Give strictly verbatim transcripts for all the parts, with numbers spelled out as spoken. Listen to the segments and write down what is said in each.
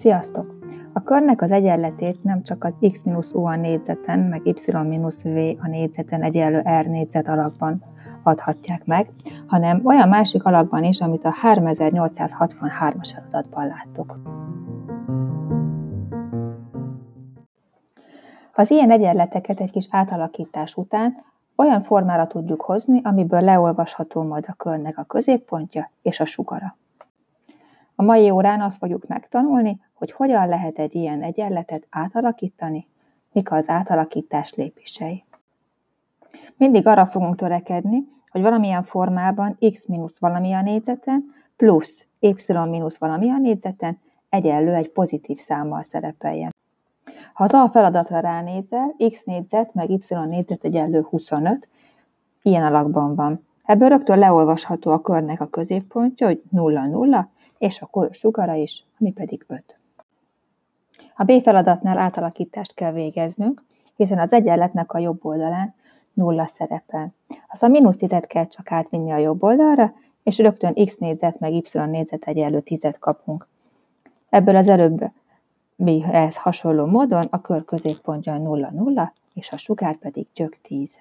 Sziasztok! A körnek az egyenletét nem csak az x mínusz u a négyzeten, meg y mínusz v a négyzeten egyenlő r négyzet alakban adhatják meg, hanem olyan másik alakban is, amit a háromezer-nyolcszázhatvanhármas feladatban láttok. Az ilyen egyenleteket egy kis átalakítás után olyan formára tudjuk hozni, amiből leolvasható majd a körnek a középpontja és a sugara. A mai órán azt fogjuk megtanulni, hogy hogyan lehet egy ilyen egyenletet átalakítani, mik az átalakítás lépései. Mindig arra fogunk törekedni, hogy valamilyen formában x mínusz valami a négyzeten plusz y mínusz valami a négyzeten egyenlő egy pozitív számmal szerepeljen. Ha az A feladatra ránézel, x négyzet meg y négyzet egyenlő huszonöt, ilyen alakban van. Ebből rögtön leolvasható a körnek a középpontja, hogy nulla nulla, és a sugara is, ami pedig öt. A B feladatnál átalakítást kell végeznünk, hiszen az egyenletnek a jobb oldalán nulla szerepel. Azt a mínusz tízet kell csak átvinni a jobb oldalra, és rögtön x négyzet meg y négyzet egyenlő tízet kapunk. Ebből az előbb ehhez hasonló módon a kör középpontja nulla nulla, és a sugár pedig gyök tíz.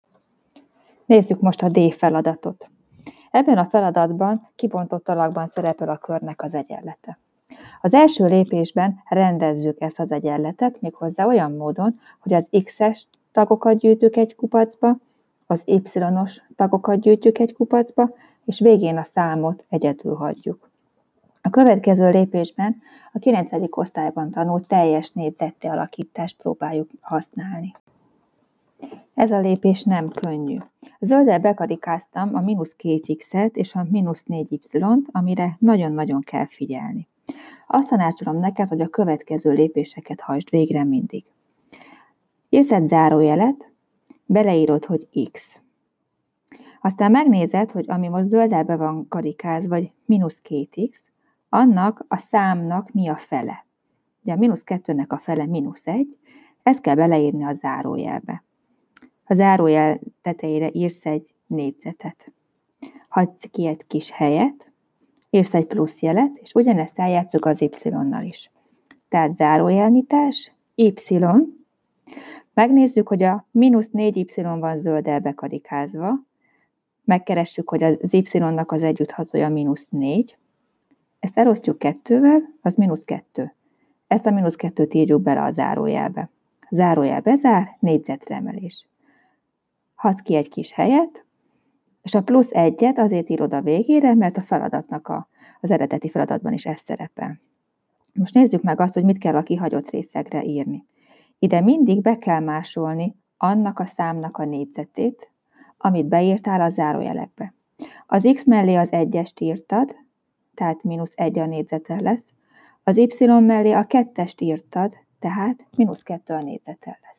Nézzük most a D feladatot. Ebben a feladatban kibontott alakban szerepel a körnek az egyenlete. Az első lépésben rendezzük ezt az egyenletet, méghozzá olyan módon, hogy az x-es tagokat gyűjtjük egy kupacba, az y-os tagokat gyűjtjük egy kupacba, és végén a számot egyedül hagyjuk. A következő lépésben a kilencedik osztályban tanult teljes négyzetté alakítást próbáljuk használni. Ez a lépés nem könnyű. Zölddel bekarikáztam a mínusz két x-et és a mínusz négy y-t, amire nagyon-nagyon kell figyelni. Azt tanácsolom neked, hogy a következő lépéseket hajtsd végre mindig. Írsz egy zárójelet, beleírod, hogy x. Aztán megnézed, hogy ami most zölddel be van karikázva, vagy mínusz két x, annak a számnak mi a fele. Ugye a mínusz kettőnek a fele mínusz egy, ezt kell beleírni a zárójelbe. A zárójel tetejére írsz egy négyzetet. Hagysz ki egy kis helyet, írsz egy plusz jelet, és ugyanezt eljátszuk az y-nal is. Tehát zárójelnyitás, y. Megnézzük, hogy a mínusz négy y van zölddel bekarikázva. Megkeressük, hogy az y-nak az együtthatója mínusz négy. Ezt elosztjuk kettővel, az mínusz kettő. Ezt a mínusz kettőt írjuk bele a zárójelbe. Zárójel bezár, négyzetre emelés. Hadd ki egy kis helyet, és a plusz egyet azért írod a végére, mert a feladatnak a, az eredeti feladatban is ez szerepel. Most nézzük meg azt, hogy mit kell a kihagyott részekre írni. Ide mindig be kell másolni annak a számnak a négyzetét, amit beírtál a zárójelekbe. Az x mellé az egyest írtad, tehát mínusz egy a négyzeten lesz. Az y mellé a kettest írtad, tehát mínusz kettő a négyzeten lesz.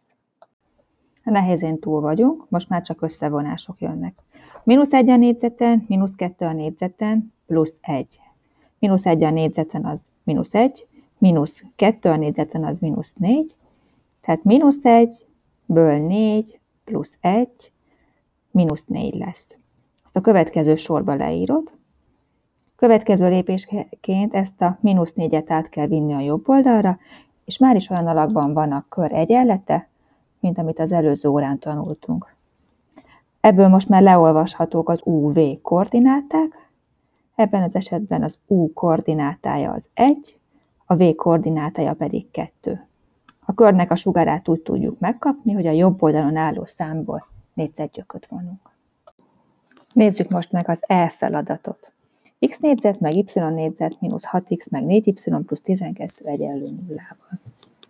Nehézén túl vagyunk, most már csak összevonások jönnek. Mínusz egy a négyzeten, mínusz kettő a négyzeten, plusz egy. Mínusz egy a négyzeten az mínusz egy, mínusz kettő a négyzeten az mínusz négy, tehát mínusz egyből négy plusz egy, mínusz négy lesz. Ezt a következő sorba leírod. Következő lépésként ezt a mínusz négyet át kell vinni a jobb oldalra, és már is olyan alakban van a kör egyenlete, mint amit az előző órán tanultunk. Ebből most már leolvashatók az u vé koordináták, ebben az esetben az u koordinátája az egy, a v koordinátája pedig kettő. A körnek a sugárát úgy tudjuk megkapni, hogy a jobb oldalon álló számból négyzetgyököt vonunk. Nézzük most meg az E feladatot. X négyzet meg y négyzet mínusz hat x meg négy y plusz tizenkettő egyenlő nullával.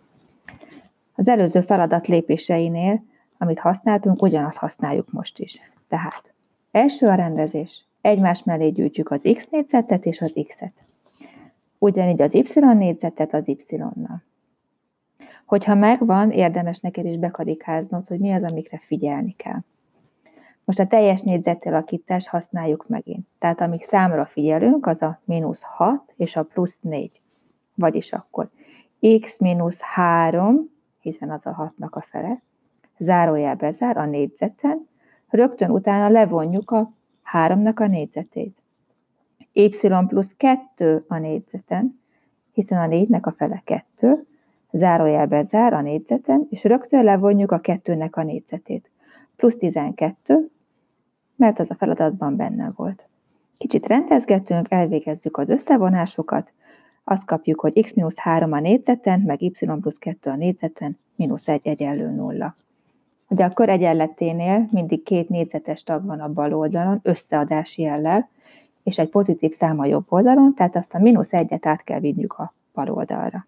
Az előző feladat lépéseinél, amit használtunk, ugyanazt használjuk most is. Tehát első a rendezés, egymás mellé gyűjtjük az x négyzetet és az x-et. Ugyanígy az y négyzetet az y-nal. Hogyha megvan, érdemes neked is bekarikáznod, hogy mi az, amikre figyelni kell. Most a teljes négyzetalakítást használjuk megint. Tehát amíg számra figyelünk, az a mínusz hat és a plusz négy. Vagyis akkor x mínusz három, hiszen az a hatnak a fele, zárójel bezár a négyzeten, rögtön utána levonjuk a háromnak a négyzetét. Y plusz kettő a négyzeten, hiszen a négynek a fele kettő, zárójelbe zár a négyzeten, és rögtön levonjuk a kettőnek a négyzetét. Plusz tizenkettő, mert az a feladatban benne volt. Kicsit rendezgetünk, elvégezzük az összevonásokat, azt kapjuk, hogy x mínusz három a négyzeten, meg y plusz kettő a négyzeten, mínusz egy egyenlő nulla. Ugye a kör egyenleténél mindig két négyzetes tag van a bal oldalon, összeadási jellel, és egy pozitív szám a jobb oldalon, tehát azt a mínusz egyet át kell vinnünk a bal oldalra.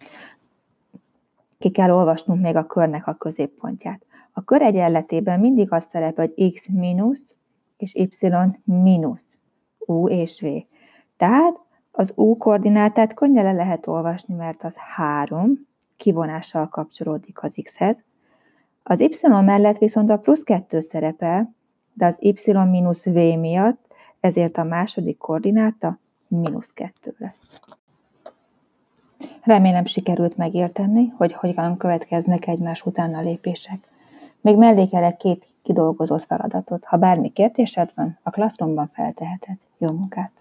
Ki kell olvasnunk még a körnek a középpontját. A kör egyenletében mindig az szerepel, hogy x mínusz és y mínusz, u és v. Tehát az u koordinátát könnyen le lehet olvasni, mert az három kivonással kapcsolódik az x-hez. Az y mellett viszont a plusz kettő szerepel, de az y mínusz v miatt, ezért a második koordináta mínusz kettő lesz. Remélem sikerült megérteni, hogy hogyan következnek egymás után a lépések. Még mellékelek két kidolgozott feladatot. Ha bármi kérdésed van, a Classroomban felteheted. Jó munkát!